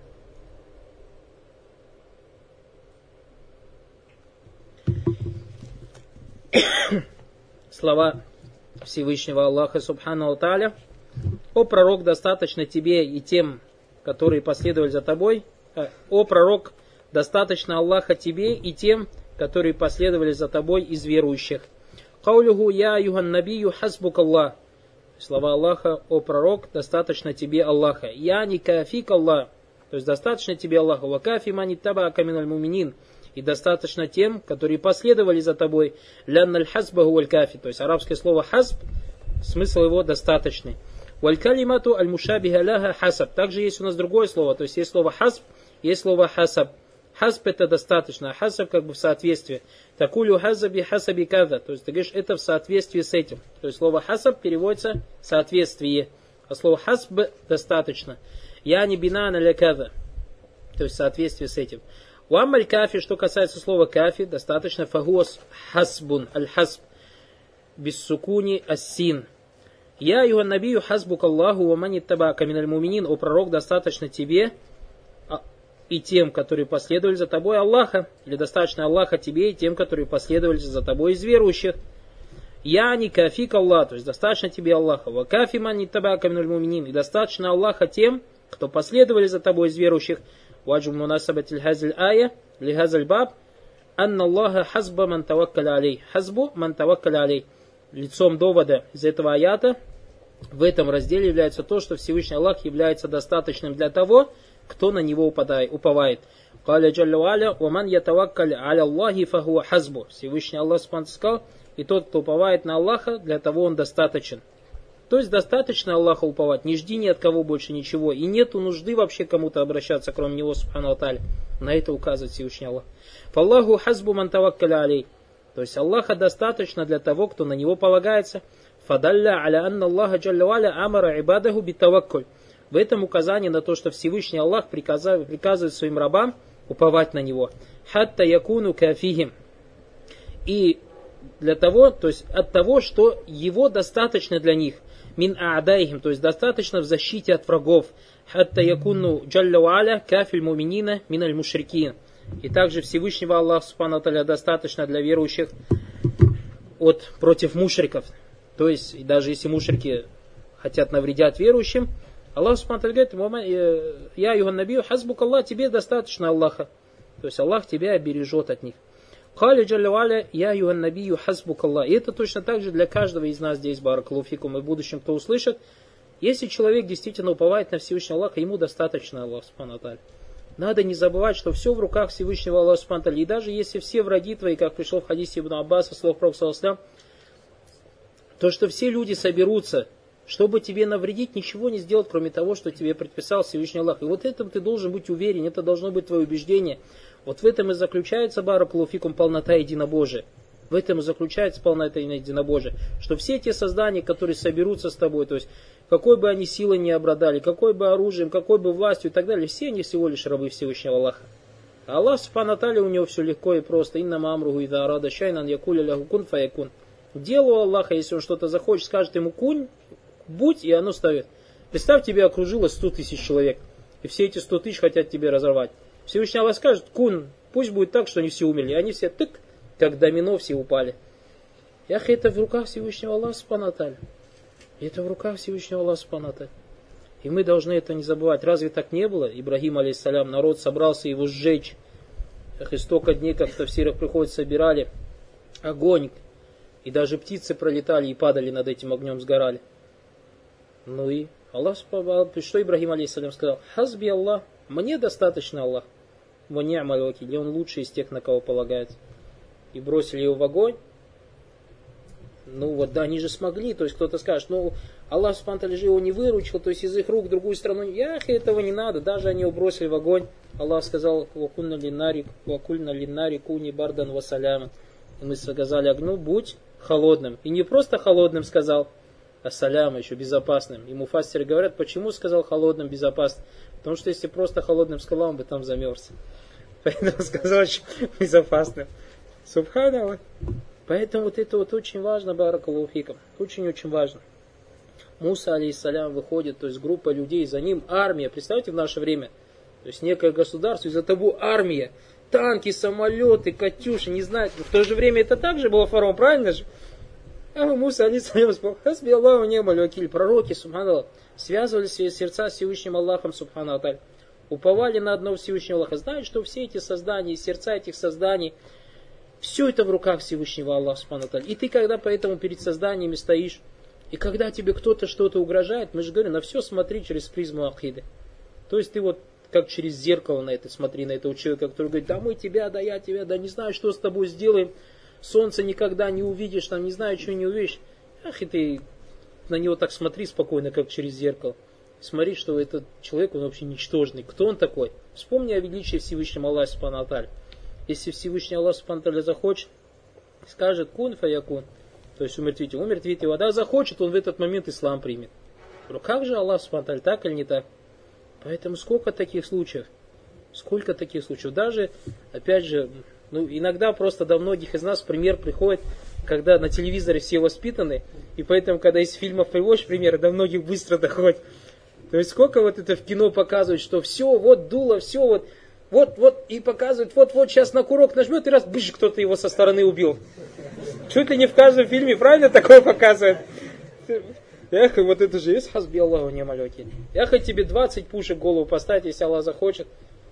Слова Всевышнего Аллаха субхану ва тааля: «О пророк, достаточно тебе и тем, которые последовали за тобой, о пророк, достаточно Аллаха тебе и тем, которые последовали за тобой из верующих». Каулюху я юхан набию хазбук Аллах. Слова Аллаха: «О пророк, достаточно тебе Аллаха». Я не кафик Аллах, то есть достаточно тебе Аллаха. Ва кафи мани табака миналь муминин. И достаточно тем, которые последовали за тобой. Лянналь хазба гуаль кафи. То есть арабское слово хазб, смысл его достаточный. Валь калимату аль мушабиха ляха хасаб. Также есть у нас другое слово. То есть есть слово хазб, есть слово хасаб. Хазб это достаточно, а хасаб как бы в соответствии. Такулю хазаби хасаби када. То есть ты говоришь, это в соответствии с этим. То есть слово хасаб переводится соответствие. А слово хасб достаточно. Я не бинана ля када. То есть в соответствии с этим. У амаль кафи, что касается слова кафи, достаточно фагуас хасбун, аль-хасб, без сукуни ассин. Я юхан набию хасбук Аллаху ва мани табака миналь муминин. О пророк, достаточно тебе и тем, которые последовали за тобой Аллаха. Или достаточно Аллаха тебе и тем, которые последовали за тобой из верующих. Я не кафик Аллах, то есть достаточно тебе Аллаха. Ва кафи мани табака миналь муминин. И достаточно Аллаха тем, кто последовали за тобой из верующих. Ваджу мунасабатиль хазиль ая, ли хазаль баб, анна Аллаха хазба ман таваккаля алей. Хазбу ман таваккаля алей. Лицом довода из этого аята в этом разделе является то, что Всевышний Аллах является достаточным для того, кто на него уповает. Каля джалля ва аля, ва ман ятаваккаль аля Аллахи фахуа хазбу. Всевышний Аллах сказал, и тот, кто уповает на Аллаха, для того он достаточен. То есть достаточно Аллаха уповать, не жди ни от кого больше ничего. И нету нужды вообще кому-то обращаться, кроме Него, субхану ва тааля. На это указывает Всевышний Аллах. Фаллаху хазбу ман таваккаля алей. То есть Аллаха достаточно для того, кто на Него полагается. Фадалля аля анна Аллаха джалля ва аля амара ибадаху битаваккуль. В этом указание на то, что Всевышний Аллах приказывает, приказывает своим рабам уповать на Него. Хатта якуну кафихим. И для того, то есть от того, что его достаточно для них. Мин а'дайхим, то есть достаточно в защите от врагов. Хатта якунну джалля ва аля кафиль муминина миналь мушрикин. И также Всевышнего Аллаха Субхану ва Тааля достаточно для верующих от против мушриков. То есть, даже если мушрики хотят навредят верующим, Аллах Субхану ва Тааля говорит: я юхан набию хазбук Аллах, тебе достаточно Аллаха. То есть Аллах тебя бережет от них. Кали джалля ва аля я юхан набию хазбук Аллах. И это точно так же для каждого из нас здесь, баракаллаху фикум, и в будущем, кто услышит. Если человек действительно уповает на Всевышнего Аллаха, ему достаточно Аллаха Субхану ва Тааля. Надо не забывать, что все в руках Всевышнего Аллаха Субхану ва Тааля. И даже если все враги твои, как пришло в хадисе Ибн Аббаса, слов Пророка саллаллаху алейхи ва саллям, то, что все люди соберутся, чтобы тебе навредить, ничего не сделать, кроме того, что тебе предписал Всевышний Аллах. И вот этом ты должен быть уверен, это должно быть твое убеждение. Вот в этом и заключается, баракаллаху фикум, полнота единобожия. В этом и заключается полнота единобожия. Что все те создания, которые соберутся с тобой, то есть какой бы они силой ни обладали, какой бы оружием, какой бы властью и так далее, все они всего лишь рабы Всевышнего Аллаха. А Аллах Субхану ва Тааля, у него все легко и просто. Иннама амруху иза арада шай'ан якуля лаху кун фаякун. Делу Аллаха, если он что-то захочет, скажет ему кунь, будь, и оно ставит. Представь, тебе окружило сто тысяч человек, и все эти сто тысяч хотят тебе разорвать. Всевышний Аллах скажет: кун, пусть будет так, что они все умерли. И они все тык, как домино, все упали. Ях, это в руках Всевышнего Аллаха Субхану ва Тааля. Это в руках Всевышнего Аллаха Субхану ва Тааля. И мы должны это не забывать. Разве так не было? Ибрагим, алейхиссалям, народ собрался его сжечь. Ах, и столько дней, как в тафсирах приходит, собирали огонь. И даже птицы пролетали и падали над этим огнем, сгорали. Ну и Аллах, что Ибрагим, алейхиссалям, сказал: хазби Аллах, мне достаточно Аллах. Ва ни'маль вакиль, и он лучший из тех, на кого полагается. И бросили его в огонь. Ну вот, да, они же смогли, то есть кто-то скажет: ну, Аллах Субхану ва Тааля же его не выручил, то есть из их рук в другую страну. Ях, этого не надо, даже они его бросили в огонь. Аллах сказал: вакульна линнари, вакульна линнари куни бардан васаляма. И мы сказали огню: будь холодным. И не просто холодным сказал, а саляма, еще безопасным. И муфассиры говорят, почему сказал холодным, безопасным. Потому что если просто холодным сказал, он бы там замерз. Поэтому сказал еще безопасным. Субханаллах. Поэтому вот это вот очень важно, баракаллаху фикум. Очень-очень важно. Муса, алейхиссалям, выходит, то есть группа людей, за ним армия. Представьте, в наше время, то есть некое государство, и за тобой армия. Танки, самолеты, катюши, не знаю. В то же время это также было фараон, правильно же? А Муса, алейхиссалям, сказал: хасби Аллаху ни'маль вакиль. Пророки, субханаллах, связывали свои сердца с Всевышним Аллахом, субхану ва тааля. Уповали на одного Всевышнего Аллаха. Знают, что все эти создания, сердца этих созданий, все это в руках Всевышнего Аллаха, субхану ва тааля. И ты, когда поэтому перед созданиями стоишь, и когда тебе кто-то что-то угрожает, мы же говорим, на все смотри через призму акиды. То есть ты вот как через зеркало на это смотри, на этого человека, который говорит: да мы тебя, да я тебя, да не знаю, что с тобой сделаем, солнце никогда не увидишь, там не знаю, что не увидишь. Ах, и ты на него так смотри спокойно, как через зеркало. Смотри, что этот человек, он вообще ничтожный. Кто он такой? Вспомни о величии Всевышнего Аллаха Субхану ва Тааля. Если Всевышний Аллах Субхану ва Тааля захочет, скажет кун фаякун, то есть умертвить его, умертвить его, да, захочет, он в этот момент ислам примет. Но как же Аллах Субхану ва Тааля, так или не так? Поэтому сколько таких случаев? Сколько таких случаев? Даже, опять же, ну, иногда просто до многих из нас пример приходит, когда на телевизоре все воспитаны, и поэтому, когда из фильмов приводишь примеры, до многих быстро доходит. То есть сколько вот это в кино показывают, что все, вот дуло, все, вот, вот, вот, и показывают, вот, вот, сейчас на курок нажмет, и раз, быж, кто-то его со стороны убил. Чуть ли не в каждом фильме, правильно, такое показывают? Эх, и вот это же есть хазби Аллаху ни'маль вакиль. Эх, и тебе двадцать пушек в голову поставить, если Аллах захочет.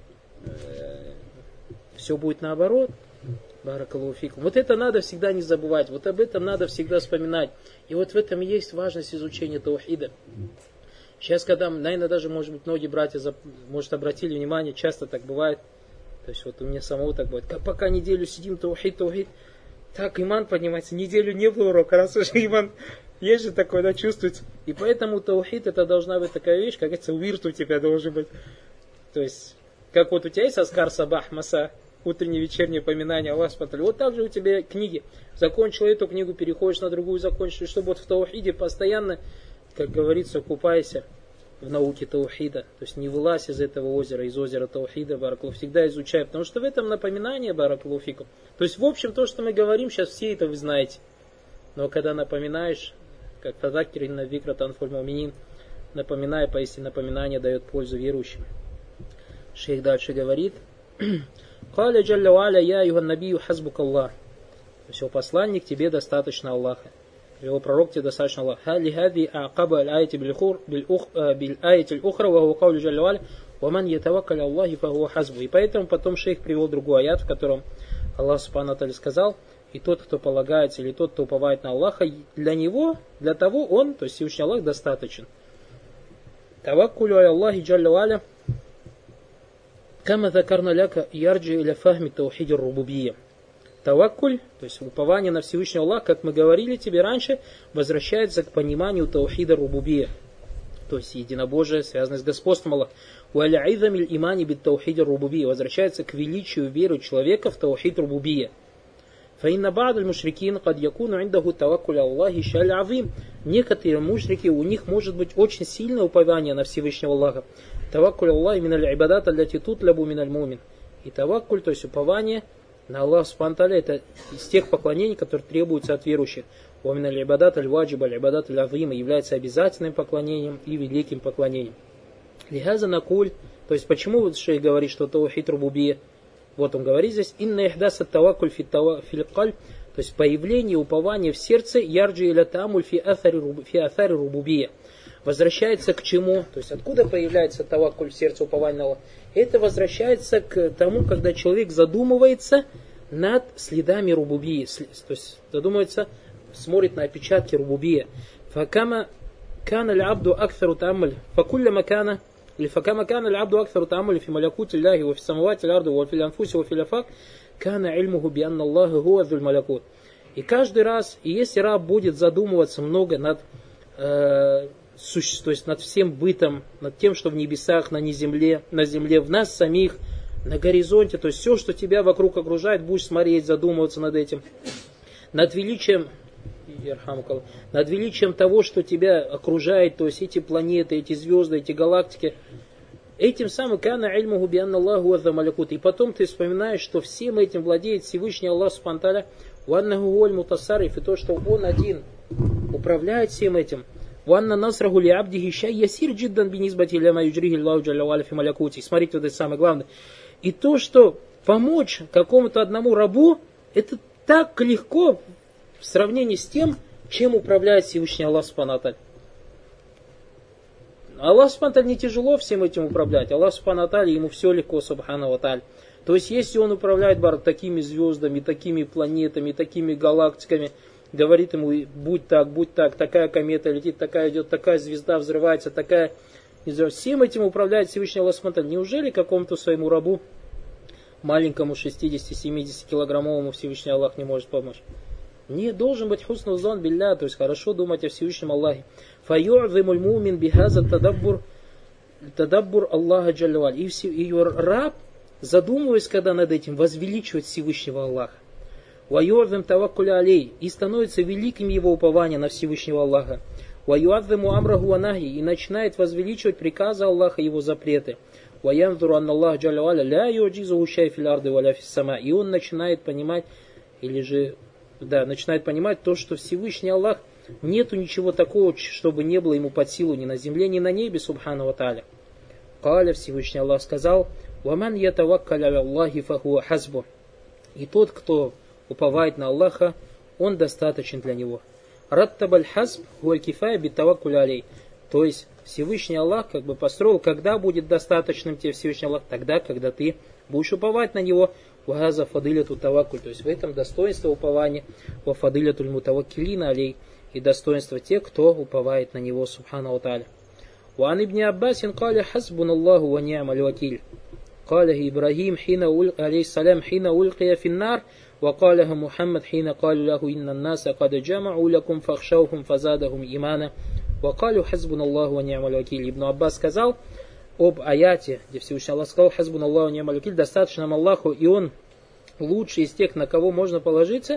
Все будет наоборот. Баракаллаху фикум. Вот это надо всегда не забывать. Вот об этом надо всегда вспоминать. И вот в этом и есть важность изучения таухида. Сейчас, когда, наверное, даже, может быть, многие братья, может, обратили внимание, часто так бывает. То есть вот у меня самого так бывает. Как пока неделю сидим, таухид, таухид, так иман поднимается. Неделю не было урока, раз уже иман есть же такое, да, чувствуется. И поэтому таухид, это должна быть такая вещь, как говорится, уирт у тебя должен быть. То есть, как вот у тебя есть аскар сабах, маса, утреннее, вечернее поминание Аллаха Субхану ва Тааля. Вот так же у тебя книги. Закончил эту книгу, переходишь на другую, закончишь. Чтобы вот в таухиде постоянно, как говорится, купайся. в науке таухида. То есть не вылазь из этого озера, из озера таухида, баракаллаху, всегда изучай, потому что в этом напоминание, баракаллаху фикум. То есть в общем то, что мы говорим, сейчас все это вы знаете. Но когда напоминаешь, как фазакир инна викра танфуль муминин, напоминая, поистине напоминание дает пользу верующим. Шейх дальше говорит: «Каля джалля ва аля я юхан набию хазбук Аллах». То есть, о посланник, тебе достаточно Аллаха. Его пророк тебе достаточно Аллаха. «Хали хади а'каба аль-айти биль-айти аль-ухра ва хуа каули джалля ва аля ва ман ятаваккаль Аллахи фа хуа хазбу». И поэтому потом шейх привел другой аят, в котором Аллах субхану ва тааля сказал: и тот, кто полагается, или тот, кто уповает на Аллаха, для него, для того он, то есть Всевышний Аллах, достаточен. Таваккулю аля Аллахи джалля ва аля кама закарна ляка ярджи иля фахми таухиди рубубия. Таваккуль, то есть упование на Всевышнего Аллаха, как мы говорили тебе раньше, возвращается к пониманию таухида рубубия, то есть единобожие, связанное с господством Аллаха. Уаля айзамиль имани бит таухиди рубубия, возвращается к величию веры человека в таухид рубубия. Фаинна ба'д аль-мушрикин кад якуну индаху таваккуль Аллахи шаль азим. Некоторые мушрики, у них может быть очень сильное упование на Всевышнего Аллаха. Таваккуль Аллахи миналь ибадат аллати тутлабу миналь мумин. И таваккуль, то есть упование на Аллаха субхану ва тааля, это из тех поклонений, которые требуются от верующих. Ва миналь ибадат аль-ваджиб аль-ибадат аль-азима, является обязательным поклонением и великим поклонением. Лихаза накуль, то есть почему вот шейх говорит, что таухид рубубия? Вот он говорит здесь: инна ихдаса таваккуль фи кальб, то есть появление упования в сердце, ярджи иля таамуль фи атари рубубия. Возвращается к чему? То есть откуда появляется таваккуль в сердце, упования на Аллаха? Это возвращается к тому, когда человек задумывается над следами рубубии, то есть задумывается, смотрит на отпечатки рубубия. Факама кана аль-абду акфару таамуль, факулля макана или факама кана аль-абду акфару таамуль фи малякути Аллахи ва фи самавати аль-арду ва фи аль-анфуси ва фи аль-афак кана ильмуху би анна Аллаха хуа зуль малякут. И каждый раз, и если раб будет задумываться много над э, то есть над всем бытом, над тем, что в небесах, на земле, на земле, в нас самих, на горизонте, то есть все, что тебя вокруг окружает, будешь смотреть, задумываться над этим, над величием, над величием того, что тебя окружает, то есть эти планеты, эти звезды, эти галактики, этим самым кана ильмуху би анна Аллаху ва малякут. И потом ты вспоминаешь, что всем этим владеет Всевышний Аллах субхану ва тааля, ва аннаху гуаль мутассариф, и то, что он один управляет всем этим. Ванна насраху ли абдихи шай ясир джиддан бинизбати ляма юджрихи Аллаху джалля ва аля фи малякути. Смотрите, вот это самое главное. И то, что помочь какому-то одному рабу, это так легко в сравнении с тем, чем управляет Всевышний Аллах субхану ва тааля. Аллах субхану ва тааля не тяжело всем этим управлять. Аллах субхану ва тааля, ему все легко субхану ва тааля. То есть, если он управляет бар, такими звездами, такими планетами, такими галактиками, говорит ему: будь так, будь так, такая комета летит, такая идет, такая звезда взрывается, такая... Всем этим управляет Всевышний Аллах субхану ва тааля. Неужели какому-то своему рабу, маленькому шестидесяти-семидесяти килограммовому, Всевышний Аллах не может помочь? Не, должен быть хусну зон билля, то есть хорошо думать о Всевышнем Аллахе. Фаю'зимуль мумин бихаза тадаббур тадаббур Аллаха джалля ва аля. И раб, задумываясь когда над этим, возвеличивает Всевышнего Аллаха. Ваю'зим таваккуля алей, и становится великим его упование на Всевышнего Аллаха. Ваю'зиму амраху ва нахи, и начинает возвеличивать приказы Аллаха и его запреты. Ваянзуру анна Аллах джалля ва аля ля ю'джизуху шай фил арды ва ля фис сама. И он начинает понимать, или же, да, начинает понимать то, что Всевышний Аллах, нету ничего такого, чтобы не было ему под силу ни на земле, ни на небе, субхану ва тааля. Каля, Всевышний Аллах сказал: «Ваман ятаваккаль аля Аллахи фахуа хазбу». И тот, кто уповает на Аллаха, он достаточен для него. Раттабаль хазб хуаль кифая биттаваккуль алей. То есть Всевышний Аллах как бы построил, когда будет достаточным тебе Всевышний Аллах, тогда, когда ты будешь уповать на него. Вагаза фадиляту таваккуль, то есть в этом достоинство упования, ва фадилятуль мутаваккилина алей, и достоинство тех, кто уповает на него, субхану ва тааля. Ва ан ибн Аббасин каля хасбуналлаху ва ни'маль вакиль. Каля Ибрахим хина алейхиссалям хина улкия финнар, ва каляха Мухаммад хина калю лаху инна наса када джамау лакум фахшаухум фазадахум имана, ва калю хасбуналлаху ва ни'маль вакиль. Ибн Аббас сказал об аяте, где Всевышний Аллах сказал: хасбуналлаху ва ни'маль вакиль, достаточно нам Аллаху, и он лучший из тех, на кого можно положиться.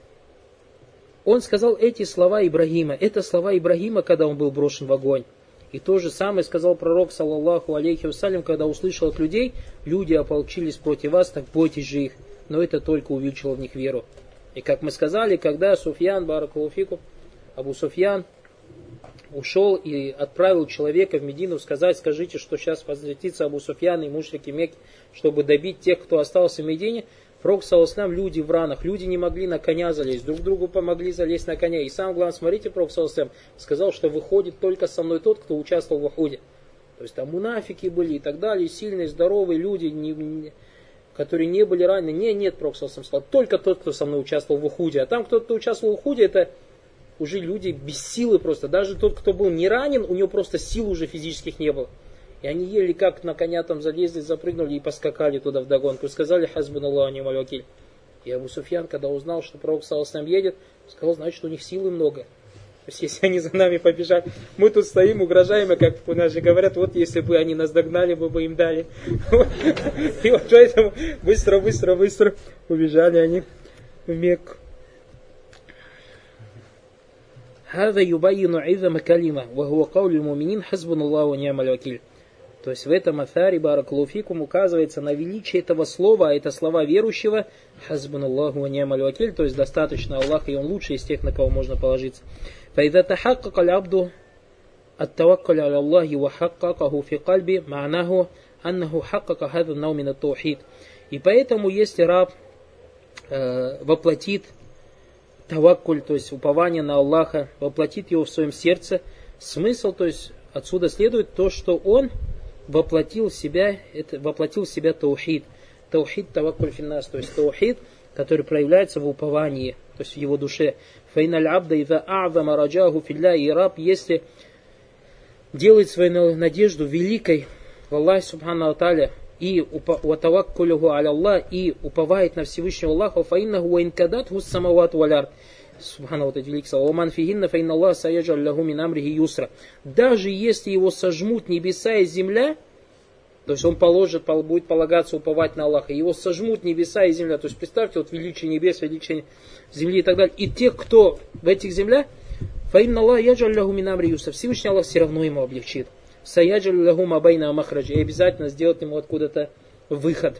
Он сказал эти слова Ибрагима. Это слова Ибрагима, когда он был брошен в огонь. И то же самое сказал пророк, саллаллаху алейхи вассалям, когда услышал от людей, люди ополчились против вас, так бойтесь же их. Но это только увеличило в них веру. И как мы сказали, когда Суфьян, баракаллаху фикум, Абу Суфьян ушел и отправил человека в Медину сказать, скажите, что сейчас возвратится Абу Суфьян и мушрики Мекки, чтобы добить тех, кто остался в Медине. Пророк, саллаллаху алейхи ва саллям, люди в ранах, люди не могли на коня залезть, друг другу помогли залезть на коня. И самое главное, смотрите, пророк, саллаллаху алейхи ва саллям, сказал, что выходит только со мной тот, кто участвовал в Ухуде. То есть там мунафики были и так далее, сильные, здоровые люди, не, не, которые не были ранены. Не, нет, пророк, саллаллаху алейхи ва саллям, сказал, только тот, кто со мной участвовал в Ухуде. А там кто-то, кто участвовал в Ухуде, это уже люди без силы просто. Даже тот, кто был не ранен, у него просто сил уже физических не было. И они еле как на коня там залезли, запрыгнули и поскакали туда вдогонку. И сказали, хазбуналлаху ва ни'маль вакиль. И Абу Суфьян, когда узнал, что пророк, саллаллаху алейхи ва саллям, едет, сказал, значит, у них силы много. То есть, если они за нами побежали, мы тут стоим, угрожаем, и как у нас же говорят, вот если бы они нас догнали, мы бы им дали. И вот поэтому быстро, быстро, быстро убежали они в Мекку. هذا يبين عظم كلمة وهو قول المؤمنين حسبنا الله ونعم الوكيل. То есть в этом афаре, баракаллаху фикум, указывается на величие этого слова, а это слова верующего, хазбуналлаху ва ни'маль вакиль, то есть достаточно Аллаха, и Он лучший из тех, на кого можно положиться. فإذا تحقق العبد التوكل على الله وحققه في قلبه معناه أنه حقق هذا النوع من التوحيد. И поэтому, если раб э, воплотит таваккуль, то есть упование на Аллаха, воплотит его в своем сердце, смысл, то есть отсюда следует то, что он воплотил в себя, это, воплотил в себя таухид. Таухид таваккуль финнас, то есть таухид, который проявляется в уповании, то есть в его душе. Файналь абда иза а'зама раджаху филля, и раб, если делает свою надежду великой в Аллахе субхану тааля, и таваккулюху аля Аллах, и уповает на Всевышнего Аллаха, фаиннаху ва инкадатху самават валярд. Субхану, вот эти великие слова. Оман фигинна фаинна Аллах саяджал лаху мин амрихи юсра. Даже если его сожмут небеса и земля, то есть он положит, будет полагаться, уповать на Аллаха, его сожмут небеса и земля. То есть представьте, вот величие небес, величие земли и так далее. И тех, кто в этих землях, фаинна Аллах яджал лаху мин амрихи юсра. Всевышний Аллах все равно ему облегчит. Саяджал лаху мабайна махраджи. И обязательно сделает ему откуда-то выход.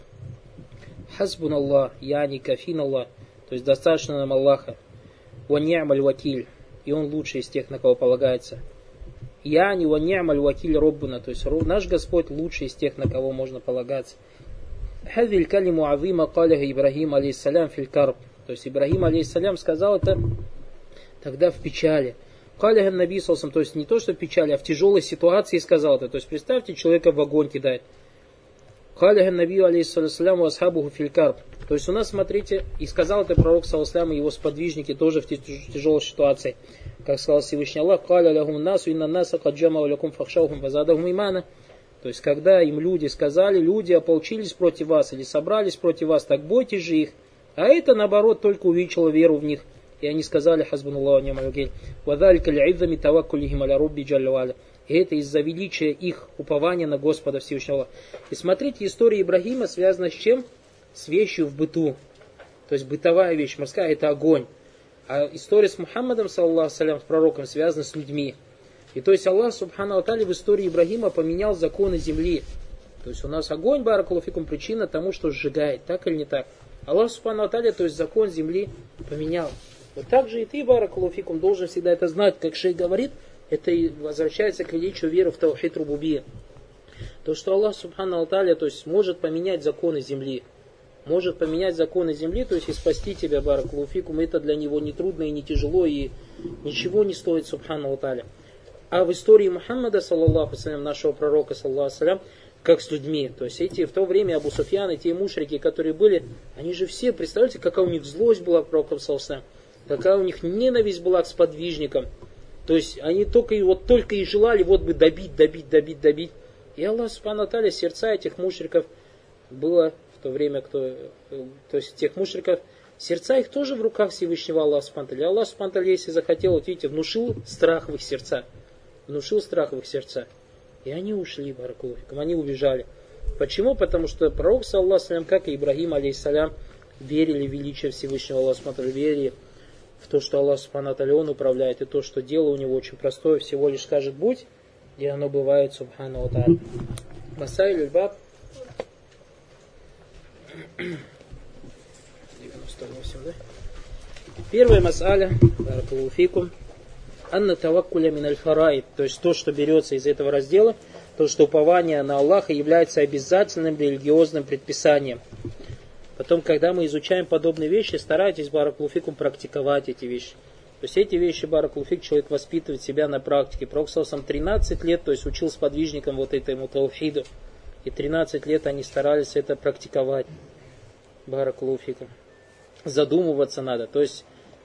Хасбун Аллах, яни кафин Аллах. То есть достаточно нам Аллаха. Ва ни'маль вакиль, и он лучший из тех, на кого полагается. Яни ва ни'маль вакиль роббуна, то есть наш Господь лучший из тех, на кого можно полагаться. Хазиль калиму азима калиха Ибрахим алейхиссалям фил карб. То есть Ибрахим алейхиссалям сказал это тогда в печали. Калиха наби саллаллаху, то есть не то, что в печали, а в тяжелой ситуации сказал это. То есть представьте, человека в огонь кидает. Калиха наби алейхиссалям ва асхабуху фил карб. То есть у нас, смотрите, и сказал это пророк, саллаллаху алейхи ва саллям, и его сподвижники тоже в тяжелой ситуации. Как сказал Всевышний Аллах, «Каля лягум насу инна наса каджама валякум фахшаухум вазадахум имана». То есть, когда им люди сказали, люди ополчились против вас или собрались против вас, так бойтесь же их. А это, наоборот, только увеличило веру в них. И они сказали, хазбуналлаху ва ни'маль вакиль, «Вадалика л'идзами таваккулихим аля рубби джалля ва аля». И это из-за величия их упования на Господа Всевышнего Аллаха. И смотрите, история Ибрагима связана с чем? С вещью в быту. То есть бытовая вещь, морская, это огонь. А история с Мухаммадом, саллаллаху алейхи ва саллям, с пророком, связана с людьми. И то есть Аллах, субхану ва тааля, в истории Ибрагима поменял законы земли. То есть у нас огонь, баракаллаху фикум, причина тому, что сжигает. Так или не так? Аллах, субхану ва тааля, то есть закон земли поменял. Вот так же и ты, баракаллаху фикум, должен всегда это знать. Как шейх говорит, это и возвращается к величию веры в таухид рубубия. То, что Аллах, субхану ва тааля, то есть может поменять законы земли. Может поменять законы земли, то есть и спасти тебя, баракаллаху фикум. Это для него не трудно и не тяжело, и ничего не стоит, субхану ва тааля. А в истории Мухаммада, саллаллаху алейхи, нашего пророка, саллаллаху алейхи, как с людьми. То есть эти в то время Абу Суфьян и те мушрики, которые были, они же все, представляете, какая у них злость была к пророку, саллаллаху алейхи, какая у них ненависть была к сподвижникам. То есть они только и, вот, только и желали вот бы добить, добить, добить, добить. И Аллах, субхану ва тааля, сердца этих мушриков было... В то время, кто, то есть тех мушриков, сердца их тоже в руках Всевышнего Аллаха субхану ва тааля. Аллах субхану ва тааля, если захотел, вот видите, внушил страх в их сердца. Внушил страх в их сердца. И они ушли, баракаллаху фикум, они убежали. Почему? Потому что пророк, саллаллаху алейхи ва саллям, как и Ибрагим, алейхиссалям, верили в величие Всевышнего Аллаха субхану ва тааля, верили в то, что Аллах субхану ва тааля, Он управляет, и то, что дело у него очень простое, всего лишь скажет будь, И оно бывает, субхану ва тааля. Масайль аль-баб девяносто восемь, да? Первая мас'аля, баракаллаху фикум, анна таваккуля мин аль-фараид, то есть то, что берется из этого раздела, то, что упование на Аллаха является обязательным религиозным предписанием. Потом, когда мы изучаем подобные вещи, старайтесь, баракаллаху фикум, практиковать эти вещи. То есть эти вещи, баракаллаху фик, человек воспитывает себя на практике. Пророк саллаллаху тринадцать лет, то есть учил сподвижникам вот этому таухиду. И тринадцать лет они старались это практиковать. Баракаллаху фикум. Задумываться надо. То есть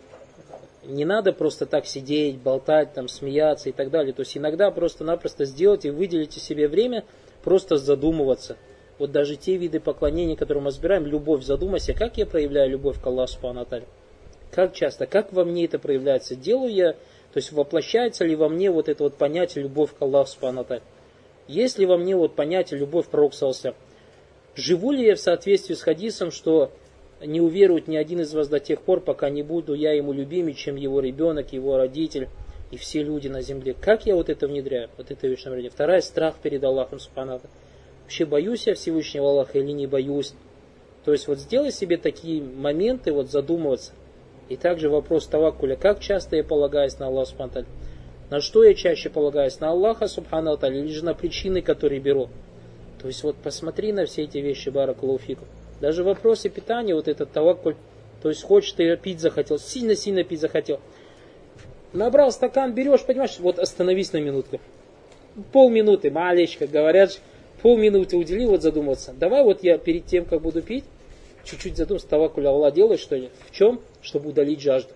не надо просто так сидеть, болтать, там, смеяться и так далее. То есть иногда просто-напросто сделать и выделите себе время просто задумываться. Вот даже те виды поклонения, которые мы разбираем, любовь, задумайся, как я проявляю любовь к Аллаху субхану ва тааля. Как часто, как во мне это проявляется? Делаю я, то есть воплощается ли во мне вот это вот понятие любовь к Аллаху субхану ва тааля? Есть ли во мне вот понятие любовь к пророку саллаллаху алейхи ва саллям? Живу ли я в соответствии с хадисом, что не уверует ни один из вас до тех пор, пока не буду я ему любимее, чем его ребенок, его родитель и все люди на земле? Как я вот это внедряю? Вот это вещь номер один. Вторая, страх перед Аллахом субхану ва тааля. Вообще боюсь я Всевышнего Аллаха или не боюсь? То есть вот сделай себе такие моменты, вот задумываться. И также вопрос таваккуля. Как часто я полагаюсь на Аллаха субхану ва тааля? На что я чаще полагаюсь? На Аллаха субхану ва тааля или же на причины, которые беру? То есть вот посмотри на все эти вещи, баракаллаху фикум. Даже в вопросе питания, вот этот таваккуль, то есть хочешь ты пить захотел, сильно-сильно пить захотел. Набрал стакан, берешь, понимаешь, вот остановись на минутку. Полминуты, малечко, как говорят, полминуты удели, вот задуматься. Давай вот я перед тем, как буду пить, чуть-чуть задуматься, таваккуль Аллах делаешь, что ли? В чем? Чтобы удалить жажду.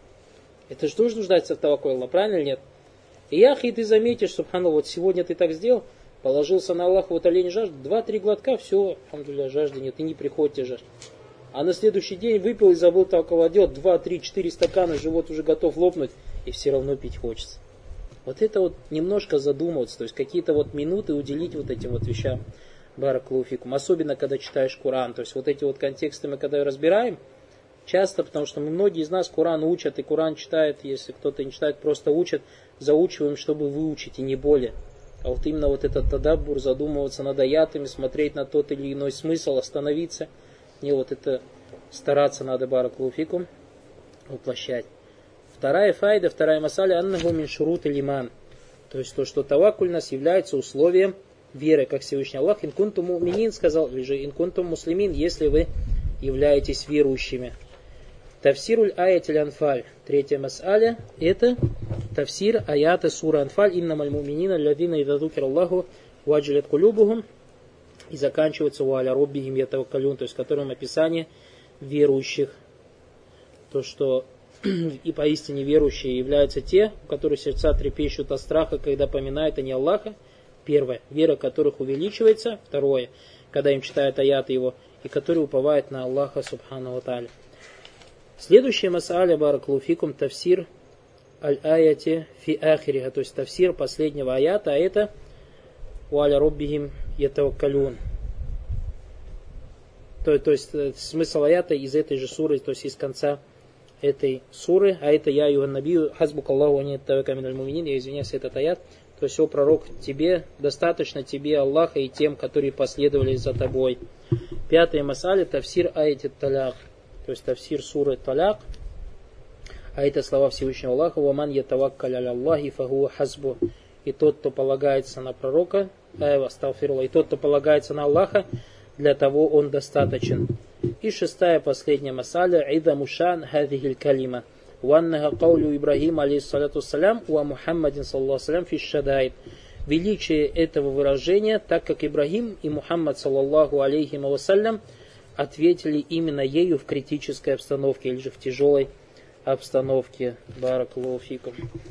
Это же тоже нуждается в таваккуль Аллах, правильно или нет? И яхи, ты заметишь, субхану, вот сегодня ты так сделал, положился на Аллаха, вот олень жажду, два-три глотка, все, алхамдулилля, жажды нет, и не приходит тебе жажда. А на следующий день выпил и забыл таваккул делать, два-три-четыре стакана, живот уже готов лопнуть, и все равно пить хочется. Вот это вот немножко задумываться, то есть какие-то вот минуты уделить вот этим вот вещам, баракаллаху фикум, особенно когда читаешь Коран, то есть вот эти вот контексты мы когда разбираем, часто, потому что мы, многие из нас Коран учат, и Коран читает, если кто-то не читает, просто учат, заучиваем, чтобы выучить, и не более. А вот именно вот этот тадаббур, задумываться над аятами, смотреть на тот или иной смысл, остановиться, не вот это стараться надо, баракаллаху фикум, воплощать. Вторая файда, вторая масаля, аннаху мин шурут илиман. То есть то, что таваккуль у нас является условием веры, как Всевышний Аллах. Ин кунтум муминин сказал, или же ин кунтум муслимин, если вы являетесь верующими. Тафсируль аятиль анфаль. Третья масаля, это тафсир аята сура анфаль. Иннамаль муминина лядина идадукир Аллаху ваджилят кулюбухум. И заканчивается уаля роббихим ятаваккалюн, то есть в котором описание верующих. То, что и поистине верующие являются те, у которых сердца трепещут от страха, когда поминают они Аллаха. Первое, вера которых увеличивается. Второе, когда им читают аяты его, и которые уповают на Аллаха субхану ва тааля. Следующая мас'аля, баракаллаху фикум, тафсир аль-аяти фи ахириха, то есть тафсир последнего аята, а это уаля роббихим ятаваккалюн. То, то есть смысл аята из этой же суры, то есть из конца этой суры, а это я юхан набию хазбук Аллаху ва ни'мат таваккаль миналь муминин, я извиняюсь, этот аят, то есть, о пророк, тебе, достаточно тебе Аллаха и тем, которые последовали за тобой. Пятая мас'аля, тафсир аяти таляк, то есть тафсир суры таляк, а это слова Всевышнего Аллаха, ваман ятаваккаль аля Аллахи фахуа хазбу, и тот, кто полагается на пророка, э, астагфируллах, и тот, кто полагается на Аллаха, для того он достаточен. И шестая, последняя мас'аля, ида мушан хадихиль калима, ваннага каулю Ибрахим алейхиссалату салям ва Мухаммадин саллаллаху салям фи шадайд. Величие этого выражения, так как Ибрахим и Мухаммад саллаллаху алейхи вассалям ответили именно ею в критической обстановке или же в тяжелой обстановке. Баракаллаху фикум.